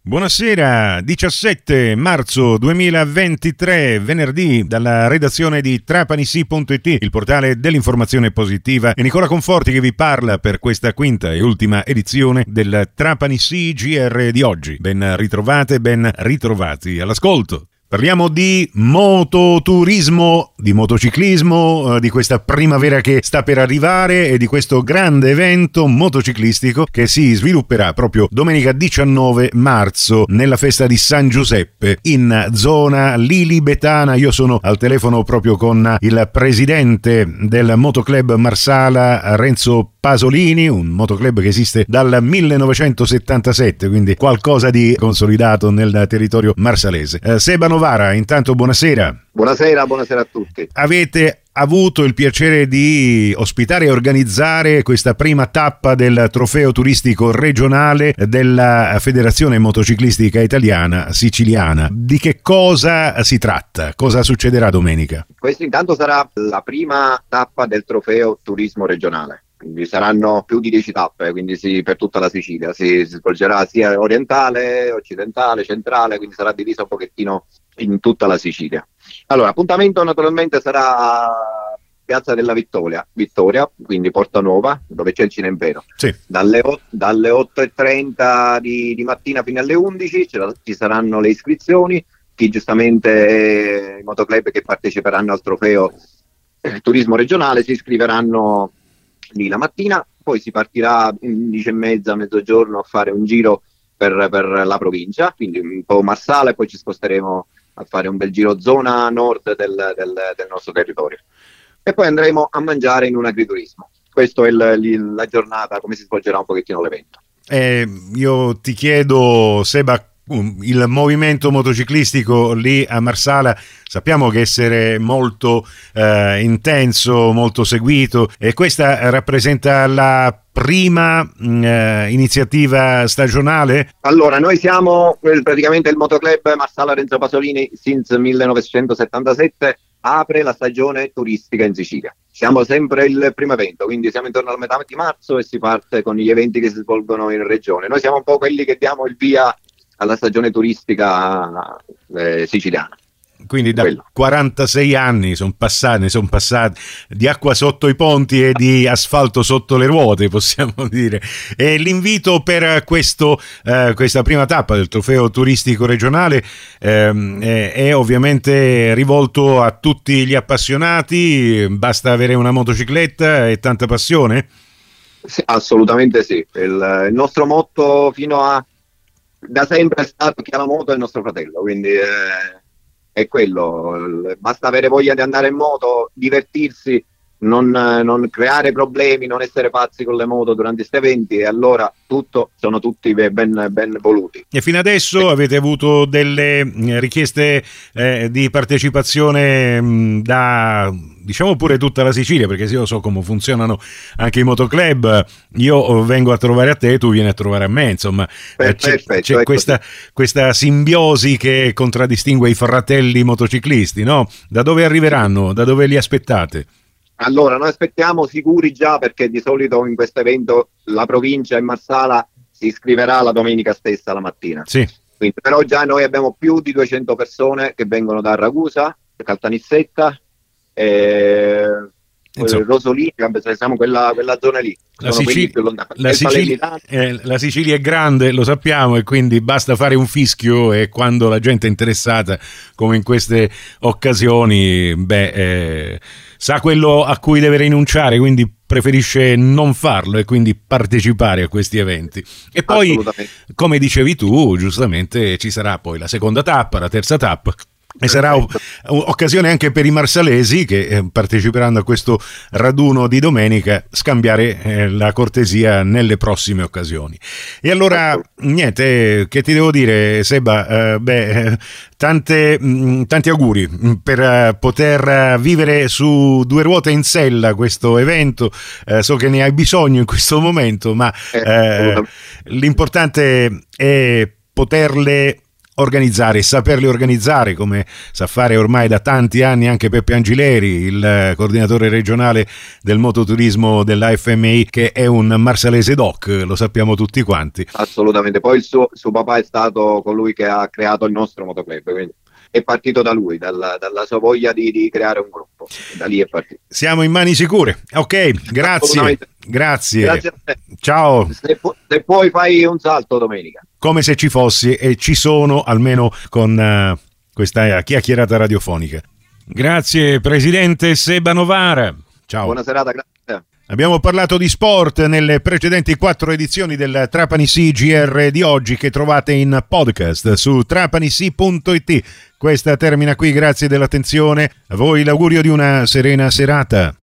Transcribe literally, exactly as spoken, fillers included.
Buonasera, diciassette marzo duemilaventitré, venerdì, dalla redazione di Trapanisi punto it, il portale dell'informazione positiva, e Nicola Conforti che vi parla per questa quinta e ultima edizione del Trapanisi G R di oggi. Ben ritrovate, ben ritrovati all'ascolto. Parliamo di mototurismo, di motociclismo, di questa primavera che sta per arrivare e di questo grande evento motociclistico che si svilupperà proprio domenica diciannove marzo nella festa di San Giuseppe in zona Lilibetana. Io sono al telefono proprio con il presidente del Motoclub Marsala, Renzo Pasolini, un motoclub che esiste dal millenovecentosettantasette, quindi qualcosa di consolidato nel territorio marsalese. Eh, Seba Novara, intanto buonasera. Buonasera, buonasera a tutti. Avete avuto il piacere di ospitare e organizzare questa prima tappa del trofeo turistico regionale della Federazione Motociclistica Italiana Siciliana. Di che cosa si tratta? Cosa succederà domenica? Questo intanto sarà la prima tappa del trofeo turismo regionale. Quindi saranno più di dieci tappe, quindi sì, per tutta la Sicilia. Si, si svolgerà sia orientale, occidentale, centrale, quindi sarà diviso un pochettino in tutta la Sicilia. Allora, appuntamento naturalmente sarà a Piazza della Vittoria, Vittoria, quindi Porta Nuova, dove c'è il Cinempero. Sì. Dalle, dalle otto e trenta di, di mattina fino alle undici ci saranno le iscrizioni. Chi giustamente, eh, i motoclub che parteciperanno al trofeo eh, turismo regionale si iscriveranno lì la mattina, poi si partirà undici e mezza, mezzogiorno a fare un giro per, per la provincia, quindi un po' Marsala, e poi ci sposteremo a fare un bel giro zona nord del, del, del nostro territorio. E poi andremo a mangiare in un agriturismo. Questa è il, il, la giornata, come si svolgerà un pochettino l'evento. Eh, io ti chiedo, Seba, il movimento motociclistico lì a Marsala sappiamo che essere molto eh, intenso, molto seguito, e questa rappresenta la prima mh, eh, iniziativa stagionale? Allora, noi siamo praticamente il motoclub Marsala Renzo Pasolini since millenovecentosettantasette, apre la stagione turistica in Sicilia. Siamo sempre il primo evento, quindi siamo intorno alla metà di marzo e si parte con gli eventi che si svolgono in regione. Noi siamo un po' quelli che diamo il via alla stagione turistica eh, siciliana. Quindi da Quello. quarantasei anni sono passati, ne sono passati di acqua sotto i ponti e di asfalto sotto le ruote, possiamo dire. E l'invito per questo, eh, questa prima tappa del trofeo turistico regionale ehm, è, è ovviamente rivolto a tutti gli appassionati. Basta avere una motocicletta e tanta passione? Sì, assolutamente sì. Il, il nostro motto fino a da sempre è stato che la moto è il nostro fratello, quindi eh, è quello. Basta avere voglia di andare in moto, divertirsi, non, non creare problemi, non essere pazzi con le moto durante questi eventi, e allora tutto, sono tutti ben, ben voluti. E fino adesso avete avuto delle richieste eh, di partecipazione mh, da, diciamo, pure tutta la Sicilia, perché io so come funzionano anche i motoclub. Io vengo a trovare a te, tu vieni a trovare a me, insomma. Per, c'è, perfetto, c'è questa, questa simbiosi che contraddistingue i fratelli motociclisti, no? Da dove arriveranno? Da dove li aspettate? Allora, noi aspettiamo sicuri già, perché di solito in questo evento la provincia in Marsala si iscriverà la domenica stessa la mattina. Sì. Quindi, però già noi abbiamo più di duecento persone che vengono da Ragusa, Caltanissetta, eh, Rosolini, siamo quella, quella zona lì. La, Sicilia, la, Sicilia, eh, la Sicilia è grande, lo sappiamo, e quindi basta fare un fischio, e quando la gente è interessata, come in queste occasioni, beh, eh, sa quello a cui deve rinunciare, quindi preferisce non farlo e quindi partecipare a questi eventi. E poi, come dicevi tu, giustamente ci sarà poi la seconda tappa, la terza tappa. E sarà occasione anche per i marsalesi che eh, parteciperanno a questo raduno di domenica scambiare eh, la cortesia nelle prossime occasioni. E allora, niente, che ti devo dire, Seba? Eh, beh, eh, tante, mh, tanti auguri per uh, poter uh, vivere su due ruote in sella questo evento. Eh, so che ne hai bisogno in questo momento, ma eh, l'importante è poterle organizzare, saperli organizzare, come sa fare ormai da tanti anni anche Peppe Angileri, il coordinatore regionale del mototurismo dell'A F M I, che è un marsalese doc, lo sappiamo tutti quanti. Assolutamente, poi il suo, suo papà è stato colui che ha creato il nostro motoclub, quindi è partito da lui, dalla, dalla sua voglia di, di creare un gruppo, da lì è partito. Siamo in mani sicure. Ok, grazie. Grazie. Grazie a te. Ciao. Se, pu- se puoi fai un salto domenica. Come se ci fossi, e ci sono, almeno con uh, questa chiacchierata radiofonica. Grazie Presidente Seba Novara. Ciao. Buona serata, grazie. Abbiamo parlato di sport nelle precedenti quattro edizioni del Trapani Sì G R di oggi, che trovate in podcast su trapanisi punto it. Questa termina qui, grazie dell'attenzione. A voi l'augurio di una serena serata.